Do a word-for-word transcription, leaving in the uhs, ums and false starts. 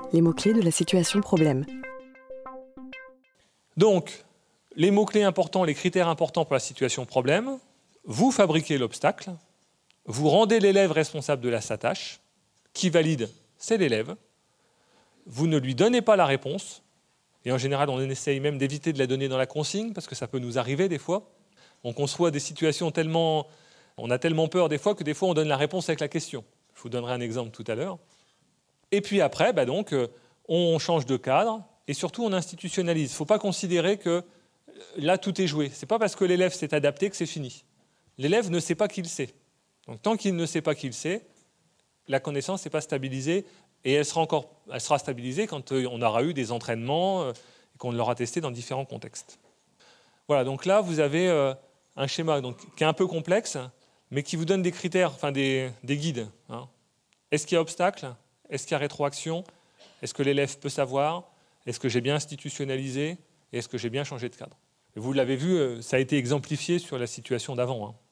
Les mots-clés de la situation problème. Donc, les mots-clés importants, les critères importants pour la situation problème, vous fabriquez l'obstacle, vous rendez l'élève responsable de la sa tâche, qui valide, c'est l'élève, vous ne lui donnez pas la réponse, et en général, on essaye même d'éviter de la donner dans la consigne, parce que ça peut nous arriver des fois. On conçoit des situations tellement... On a tellement peur des fois que des fois, on donne la réponse avec la question. Je vous donnerai un exemple tout à l'heure. Et puis après, bah donc, on change de cadre, et surtout, on institutionnalise. Il ne faut pas considérer que là, tout est joué. Ce n'est pas parce que l'élève s'est adapté que c'est fini. L'élève ne sait pas qu'il sait. Donc, tant qu'il ne sait pas qu'il sait, la connaissance n'est pas stabilisée, et elle sera, encore, elle sera stabilisée quand on aura eu des entraînements et qu'on l'aura testé dans différents contextes. Voilà, donc là, vous avez un schéma donc, qui est un peu complexe, mais qui vous donne des critères, enfin des, des guides. Hein. Est-ce qu'il y a obstacle? Est-ce qu'il y a rétroaction? Est-ce que l'élève peut savoir? Est-ce que j'ai bien institutionnalisé? Et est-ce que j'ai bien changé de cadre? Vous l'avez vu, ça a été exemplifié sur la situation d'avant. Hein.